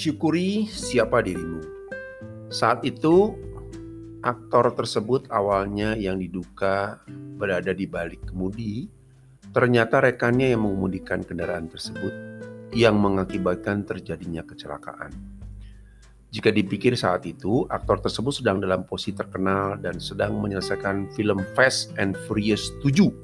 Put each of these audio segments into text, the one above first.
Syukuri siapa dirimu. Saat itu, aktor tersebut awalnya yang diduga berada di balik kemudi, ternyata rekannya yang mengemudikan kendaraan tersebut yang mengakibatkan terjadinya kecelakaan. Jika dipikir saat itu, aktor tersebut sedang dalam posisi terkenal dan sedang menyelesaikan film Fast and Furious 7.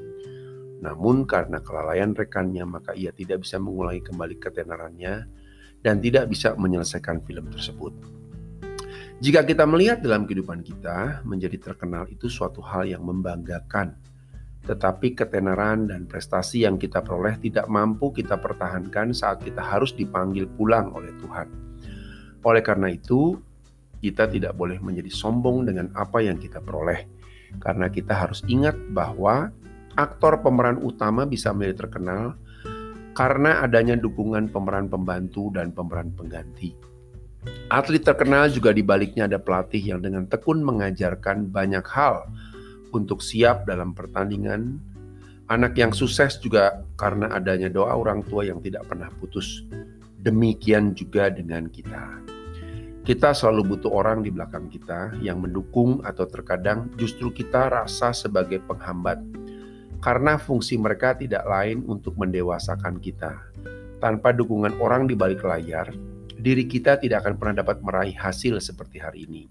Namun karena kelalaian rekannya, maka ia tidak bisa mengulangi kembali ketenarannya dan tidak bisa menyelesaikan film tersebut. Jika kita melihat dalam kehidupan kita, menjadi terkenal itu suatu hal yang membanggakan. Tetapi ketenaran dan prestasi yang kita peroleh tidak mampu kita pertahankan saat kita harus dipanggil pulang oleh Tuhan. Oleh karena itu, kita tidak boleh menjadi sombong dengan apa yang kita peroleh. Karena kita harus ingat bahwa aktor pemeran utama bisa menjadi terkenal karena adanya dukungan pemeran pembantu dan pemeran pengganti. Atlet terkenal juga di baliknya ada pelatih yang dengan tekun mengajarkan banyak hal untuk siap dalam pertandingan. Anak yang sukses juga karena adanya doa orang tua yang tidak pernah putus. Demikian juga dengan kita. Kita selalu butuh orang di belakang kita yang mendukung atau terkadang justru kita rasa sebagai penghambat. Karena fungsi mereka tidak lain untuk mendewasakan kita. Tanpa dukungan orang di balik layar, diri kita tidak akan pernah dapat meraih hasil seperti hari ini.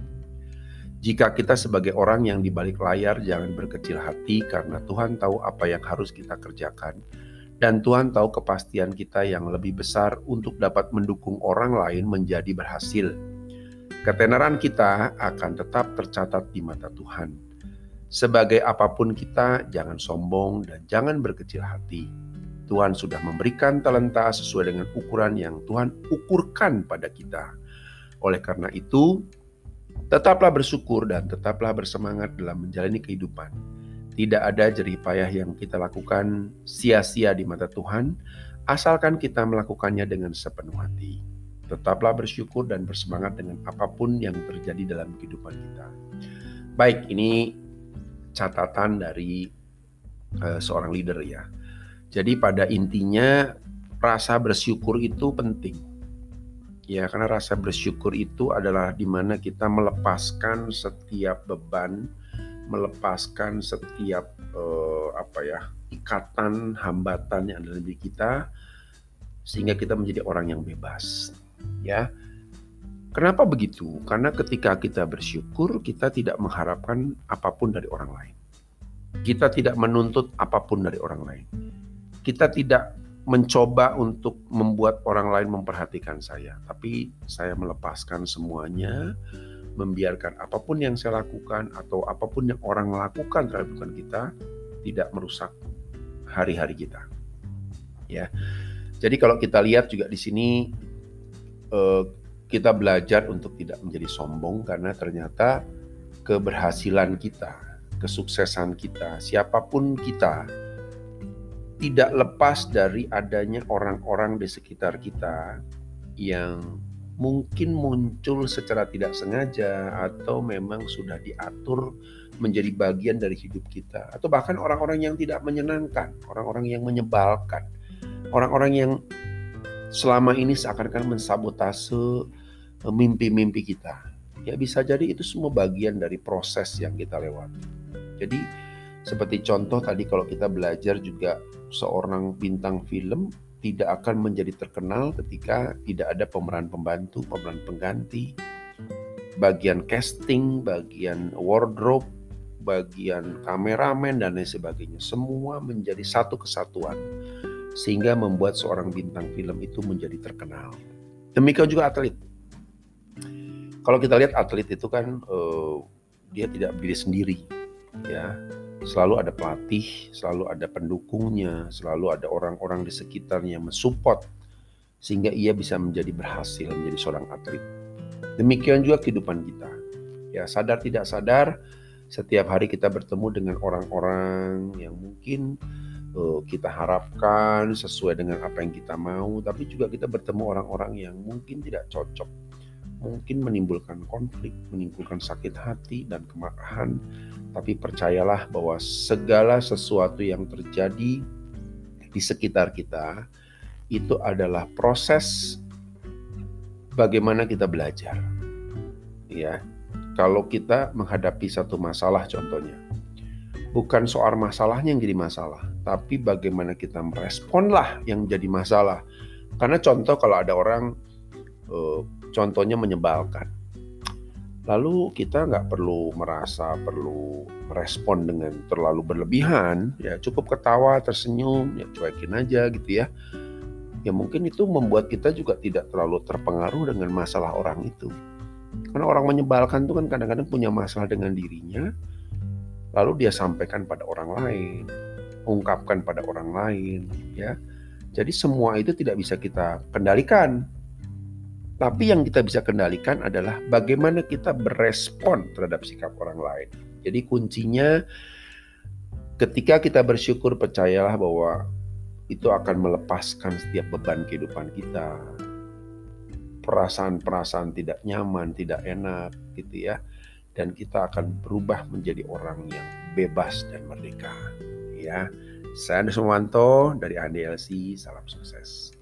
Jika kita sebagai orang yang di balik layar, jangan berkecil hati karena Tuhan tahu apa yang harus kita kerjakan. Dan Tuhan tahu kepastian kita yang lebih besar untuk dapat mendukung orang lain menjadi berhasil. Ketenaran kita akan tetap tercatat di mata Tuhan. Sebagai apapun kita, jangan sombong dan jangan berkecil hati. Tuhan sudah memberikan talenta sesuai dengan ukuran yang Tuhan ukurkan pada kita. Oleh karena itu, tetaplah bersyukur dan tetaplah bersemangat dalam menjalani kehidupan. Tidak ada jerih payah yang kita lakukan sia-sia di mata Tuhan, asalkan kita melakukannya dengan sepenuh hati. Tetaplah bersyukur dan bersemangat dengan apapun yang terjadi dalam kehidupan kita. Baik, ini catatan dari seorang leader ya. Jadi pada intinya rasa bersyukur itu penting. Ya, karena rasa bersyukur itu adalah di mana kita melepaskan setiap beban, melepaskan setiap ikatan, hambatan yang ada di kita, sehingga kita menjadi orang yang bebas. Ya, kenapa begitu? Karena ketika kita bersyukur, kita tidak mengharapkan apapun dari orang lain. Kita tidak menuntut apapun dari orang lain. Kita tidak mencoba untuk membuat orang lain memperhatikan saya, tapi saya melepaskan semuanya, membiarkan apapun yang saya lakukan atau apapun yang orang lakukan terhadap kita tidak merusak hari-hari kita. Ya, jadi kalau kita lihat juga di sini kita belajar untuk tidak menjadi sombong karena ternyata keberhasilan kita, kesuksesan kita, siapapun kita, tidak lepas dari adanya orang-orang di sekitar kita yang mungkin muncul secara tidak sengaja atau memang sudah diatur menjadi bagian dari hidup kita, atau bahkan orang-orang yang tidak menyenangkan, orang-orang yang menyebalkan, orang-orang yang selama ini seakan-akan mensabotase mimpi-mimpi kita. Ya, bisa jadi itu semua bagian dari proses yang kita lewati. Jadi seperti contoh tadi, kalau kita belajar juga, seorang bintang film tidak akan menjadi terkenal ketika tidak ada pemeran pembantu, pemeran pengganti, bagian casting, bagian wardrobe, bagian kameramen, dan lain sebagainya. Semua menjadi satu kesatuan sehingga membuat seorang bintang film itu menjadi terkenal. Demikian juga atlet. Kalau kita lihat atlet itu kan dia tidak berdiri sendiri, ya. Selalu ada pelatih, selalu ada pendukungnya, selalu ada orang-orang di sekitarnya mensupport sehingga ia bisa menjadi berhasil menjadi seorang atlet. Demikian juga kehidupan kita. Ya, sadar tidak sadar setiap hari kita bertemu dengan orang-orang yang mungkin kita harapkan sesuai dengan apa yang kita mau, tapi juga kita bertemu orang-orang yang mungkin tidak cocok, mungkin menimbulkan konflik, menimbulkan sakit hati dan kemarahan. Tapi percayalah bahwa segala sesuatu yang terjadi di sekitar kita itu adalah proses bagaimana kita belajar. Ya, kalau kita menghadapi satu masalah contohnya, bukan soal masalahnya yang jadi masalah, tapi bagaimana kita meresponlah yang jadi masalah. Karena contoh kalau ada orang contohnya menyebalkan, lalu kita nggak perlu merespon dengan terlalu berlebihan, ya cukup ketawa, tersenyum, ya cuekin aja gitu ya. Ya mungkin itu membuat kita juga tidak terlalu terpengaruh dengan masalah orang itu. Karena orang menyebalkan itu kan kadang-kadang punya masalah dengan dirinya, lalu dia sampaikan pada orang lain, ungkapkan pada orang lain, ya. Jadi semua itu tidak bisa kita kendalikan. Tapi yang kita bisa kendalikan adalah bagaimana kita berespon terhadap sikap orang lain. Jadi kuncinya ketika kita bersyukur, percayalah bahwa itu akan melepaskan setiap beban kehidupan kita. Perasaan-perasaan tidak nyaman, tidak enak gitu ya. Dan kita akan berubah menjadi orang yang bebas dan merdeka. Ya, saya Andres Muwanto dari ADLC, salam sukses.